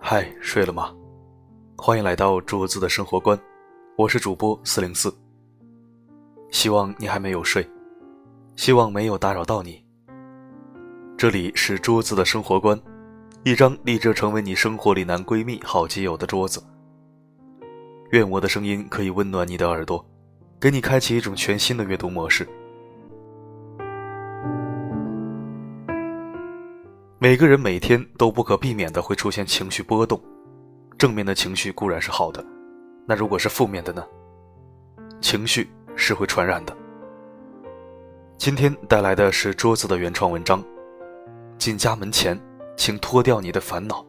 嗨，睡了吗？欢迎来到桌子的生活观，我是主播404。希望你还没有睡，希望没有打扰到你。这里是桌子的生活观，一张立志成为你生活里男闺蜜好基友的桌子。愿我的声音可以温暖你的耳朵，给你开启一种全新的阅读模式。每个人每天都不可避免地会出现情绪波动，正面的情绪固然是好的，那如果是负面的呢？情绪是会传染的。今天带来的是桌子的原创文章，进家门前，请脱掉你的烦恼。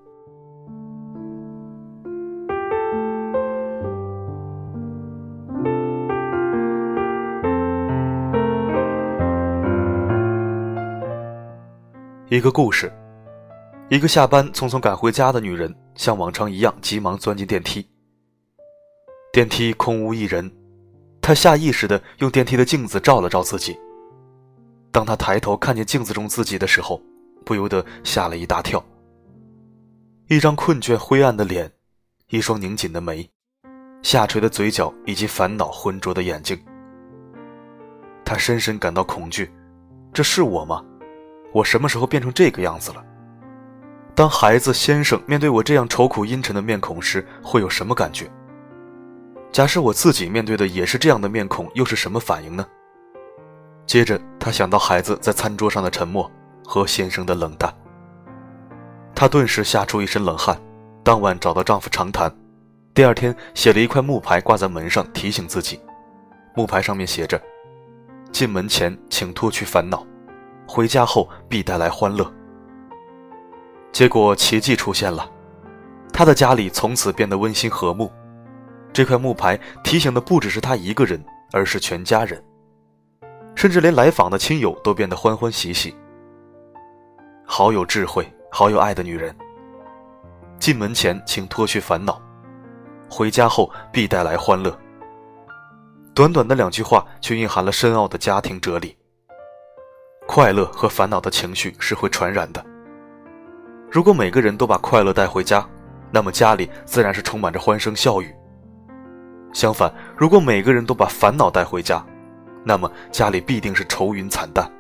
一个故事，一个下班匆匆赶回家的女人，像往常一样急忙钻进电梯。电梯空无一人，她下意识地用电梯的镜子照了照自己。当她抬头看见镜子中自己的时候，不由得吓了一大跳。一张困倦灰暗的脸，一双拧紧的眉，下垂的嘴角以及烦恼浑浊的眼睛。她深深感到恐惧，这是我吗？我什么时候变成这个样子了？当孩子先生面对我这样愁苦阴沉的面孔时，会有什么感觉？假设我自己面对的也是这样的面孔，又是什么反应呢？接着他想到孩子在餐桌上的沉默和先生的冷淡，她顿时吓出一身冷汗。当晚找到丈夫长谈，第二天写了一块木牌挂在门上提醒自己。木牌上面写着：进门前请脱去烦恼，回家后必带来欢乐。结果奇迹出现了，他的家里从此变得温馨和睦。这块木牌提醒的不只是他一个人，而是全家人，甚至连来访的亲友都变得欢欢喜喜。好有智慧，好有爱的女人。进门前请脱去烦恼，回家后必带来欢乐。短短的2句话，却蕴含了深奥的家庭哲理。快乐和烦恼的情绪是会传染的。如果每个人都把快乐带回家，那么家里自然是充满着欢声笑语。相反，如果每个人都把烦恼带回家，那么家里必定是愁云惨淡。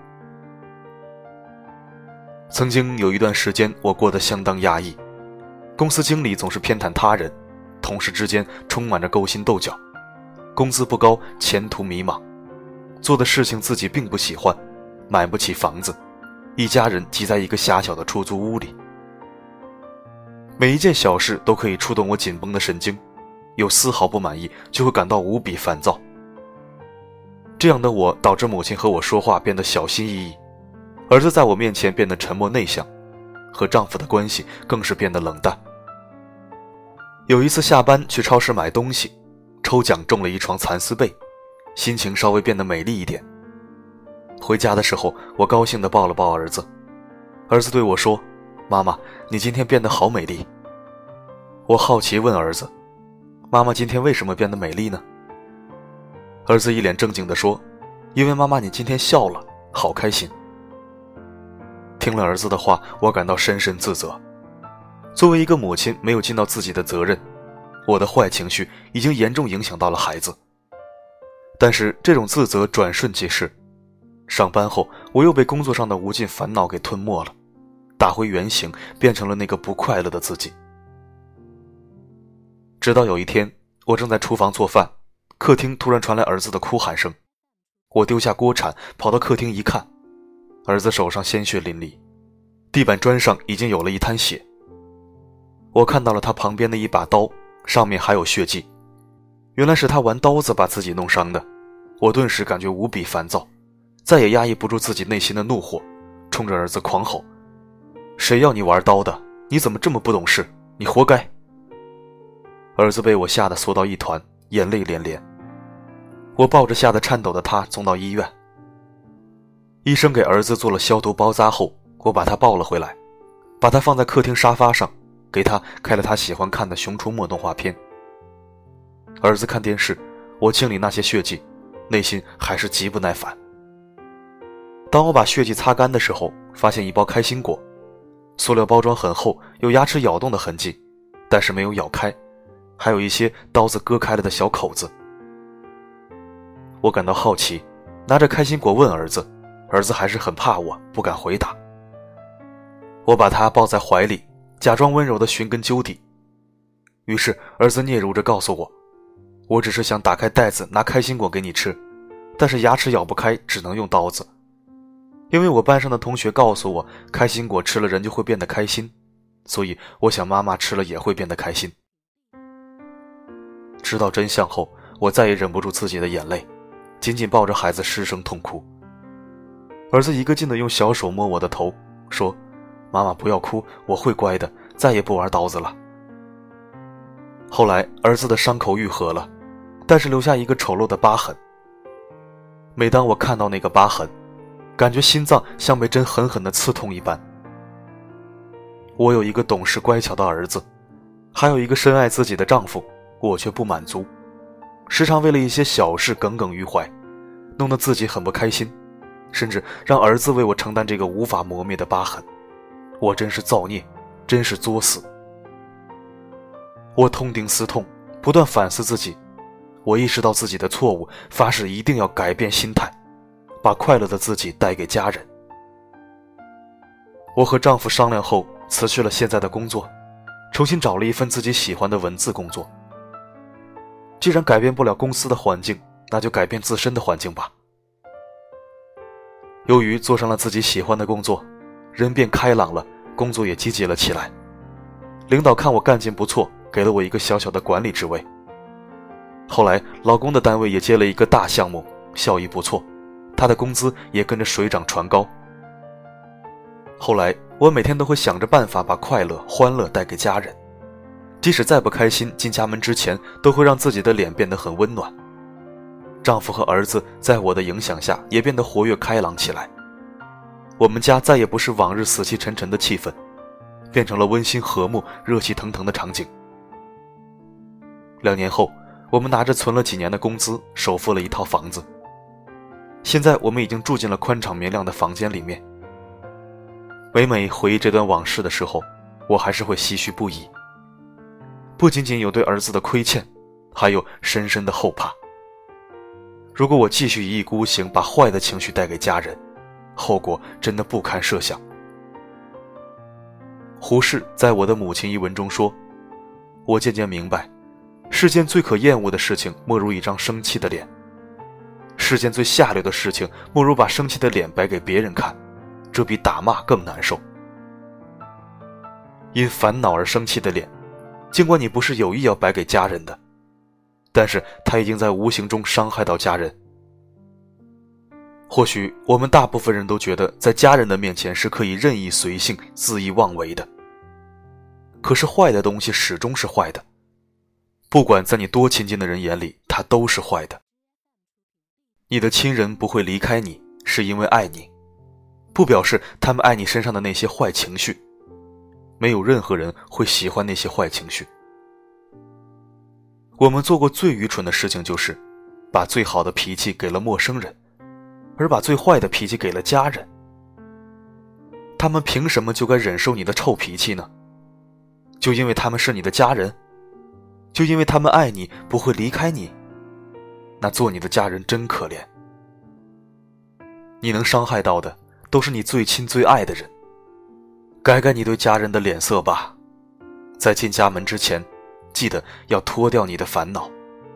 曾经有一段时间，我过得相当压抑，公司经理总是偏袒他人，同事之间充满着勾心斗角，工资不高，前途迷茫，做的事情自己并不喜欢，买不起房子，一家人挤在一个狭小的出租屋里。每一件小事都可以触动我紧绷的神经，有丝毫不满意就会感到无比烦躁。这样的我导致母亲和我说话变得小心翼翼，儿子在我面前变得沉默内向，和丈夫的关系更是变得冷淡。有一次下班去超市买东西，抽奖中了一床蚕丝被，心情稍微变得美丽一点。回家的时候，我高兴地抱了抱儿子，儿子对我说：妈妈，你今天变得好美丽。我好奇问儿子：妈妈今天为什么变得美丽呢？儿子一脸正经地说：因为妈妈你今天笑了，好开心。听了儿子的话，我感到深深自责。作为一个母亲，没有尽到自己的责任，我的坏情绪已经严重影响到了孩子。但是这种自责转瞬即逝，上班后我又被工作上的无尽烦恼给吞没了，打回原形，变成了那个不快乐的自己。直到有一天，我正在厨房做饭，客厅突然传来儿子的哭喊声。我丢下锅铲，跑到客厅一看，儿子手上鲜血淋漓，地板砖上已经有了一滩血。我看到了他旁边的一把刀，上面还有血迹，原来是他玩刀子把自己弄伤的。我顿时感觉无比烦躁，再也压抑不住自己内心的怒火，冲着儿子狂吼：谁要你玩刀的？你怎么这么不懂事？你活该！儿子被我吓得缩到一团，眼泪连连。我抱着吓得颤抖的他送到医院。医生给儿子做了消毒包扎后，我把他抱了回来，把他放在客厅沙发上，给他开了他喜欢看的《熊出没》动画片。儿子看电视，我清理那些血迹，内心还是极不耐烦。当我把血迹擦干的时候，发现一包开心果， 塑料包装很厚，有牙齿咬动的痕迹，但是没有咬开，还有一些刀子割开了的小口子。我感到好奇，拿着开心果问儿子，儿子还是很怕我，不敢回答。我把他抱在怀里，假装温柔地寻根究底。于是儿子嗫嚅着告诉我，我只是想打开袋子拿开心果给你吃，但是牙齿咬不开，只能用刀子。因为我班上的同学告诉我，开心果吃了人就会变得开心，所以我想妈妈吃了也会变得开心。知道真相后，我再也忍不住自己的眼泪，紧紧抱着孩子失声痛哭。儿子一个劲地用小手摸我的头，说：“妈妈不要哭，我会乖的，再也不玩刀子了。”后来儿子的伤口愈合了，但是留下一个丑陋的疤痕。每当我看到那个疤痕，感觉心脏像被针狠狠地刺痛一般。我有一个懂事乖巧的儿子，还有一个深爱自己的丈夫，我却不满足，时常为了一些小事耿耿于怀，弄得自己很不开心，甚至让儿子为我承担这个无法磨灭的疤痕。我真是造孽，真是作死。我痛定思痛，不断反思自己，我意识到自己的错误，发誓一定要改变心态，把快乐的自己带给家人。我和丈夫商量后，辞去了现在的工作，重新找了一份自己喜欢的文字工作。既然改变不了公司的环境，那就改变自身的环境吧。由于做上了自己喜欢的工作，人变开朗了，工作也积极了起来。领导看我干劲不错，给了我一个小小的管理职位。后来老公的单位也接了一个大项目，效益不错，他的工资也跟着水涨船高。后来我每天都会想着办法把快乐欢乐带给家人，即使再不开心，进家门之前都会让自己的脸变得很温暖。丈夫和儿子在我的影响下也变得活跃开朗起来，我们家再也不是往日死气沉沉的气氛，变成了温馨和睦热气腾腾的场景。2年后，我们拿着存了几年的工资首付了一套房子，现在我们已经住进了宽敞明亮的房间里面。每每回忆这段往事的时候，我还是会唏嘘不已，不仅仅有对儿子的亏欠，还有深深的后怕。如果我继续一意孤行，把坏的情绪带给家人，后果真的不堪设想。胡适在我的母亲一文中说，我渐渐明白，世间最可厌恶的事情莫如一张生气的脸，世间最下流的事情莫如把生气的脸摆给别人看，这比打骂更难受。因烦恼而生气的脸，尽管你不是有意要摆给家人的，但是他已经在无形中伤害到家人。或许我们大部分人都觉得在家人的面前是可以任意随性恣意妄为的，可是坏的东西始终是坏的，不管在你多亲近的人眼里，它都是坏的。你的亲人不会离开你，是因为爱你，不表示他们爱你身上的那些坏情绪，没有任何人会喜欢那些坏情绪。我们做过最愚蠢的事情，就是把最好的脾气给了陌生人，而把最坏的脾气给了家人。他们凭什么就该忍受你的臭脾气呢？就因为他们是你的家人？就因为他们爱你，不会离开你？那做你的家人真可怜。你能伤害到的都是你最亲最爱的人，改改你对家人的脸色吧。在进家门之前，记得要脱掉你的烦恼。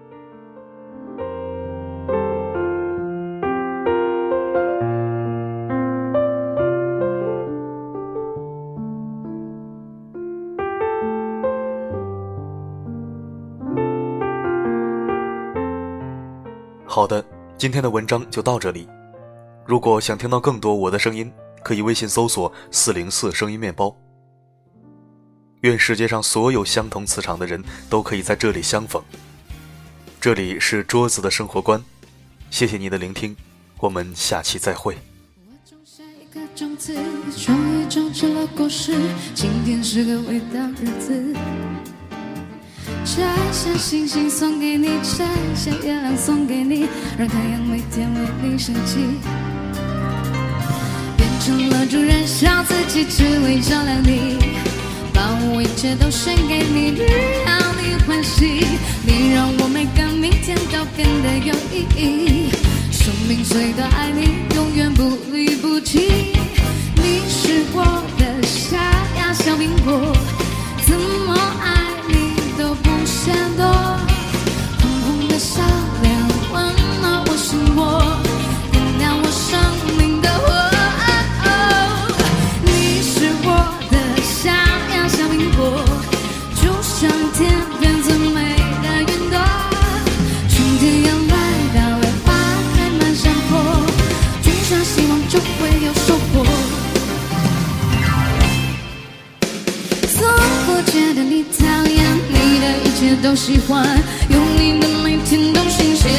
好的，今天的文章就到这里。如果想听到更多我的声音，可以微信搜索404声音面包。愿世界上所有相同磁场的人都可以在这里相逢。这里是桌子的生活观，谢谢你的聆听，我们下期再会。 我种下一个种子，终于长出了果实，今天是个伟大日子，摘下星星送给你，摘下月亮送给你，让太阳每天为你升起，变成了主人。 照自己，只为照亮你，把我一切都献给你，只要你欢喜。你让我每个明天都变得有意义，生命最多爱你，永远不离不弃。你是我的小呀小苹果，怎么爱你都不嫌多，红红的笑脸温暖我心窝，点亮我生命的火。你是我的小呀小苹果，就像天边最美的云朵，春天要来到了，花开满山坡，种下希望就会有收获。我觉得你讨厌，你的一切都喜欢，有你的每天都新鲜，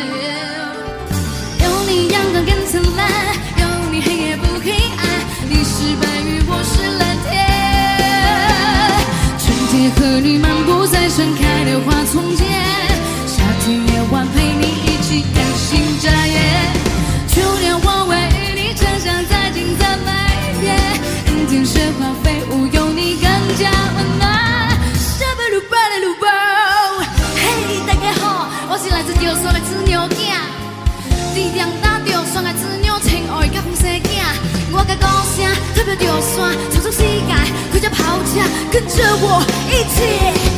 有你阳光更灿烂，有你黑夜不黑暗，你是白云，我是蓝天。春天和你漫步在盛开的花丛间，夏天夜晚陪你一起看星眨眼，秋天我为你撑伞在金色麦田，冬天雪花飞舞，有你更加温暖。嘿，大家好，我是来自潮汕的资牛囝，地点打着双个资牛青爱甲风西囝，我甲歌声特别潮汕，闯出世界，开着跑车，跟着我一起。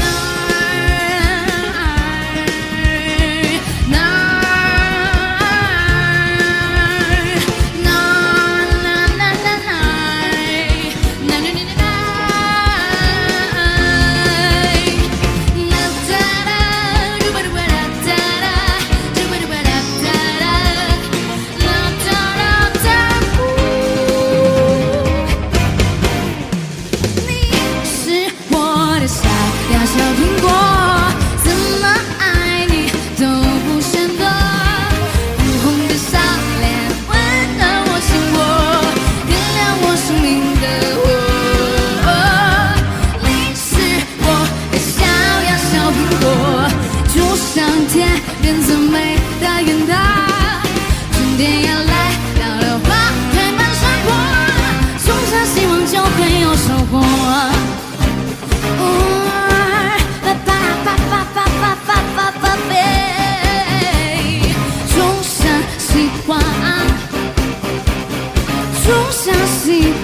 小苹果，怎么爱你都不嫌多，红红的笑脸温暖我心窝，点亮我生命的火。你是我的小呀小苹果，就像天边最美的云朵，春天要来到了，花开满山坡，种下希望就会有收获。种下希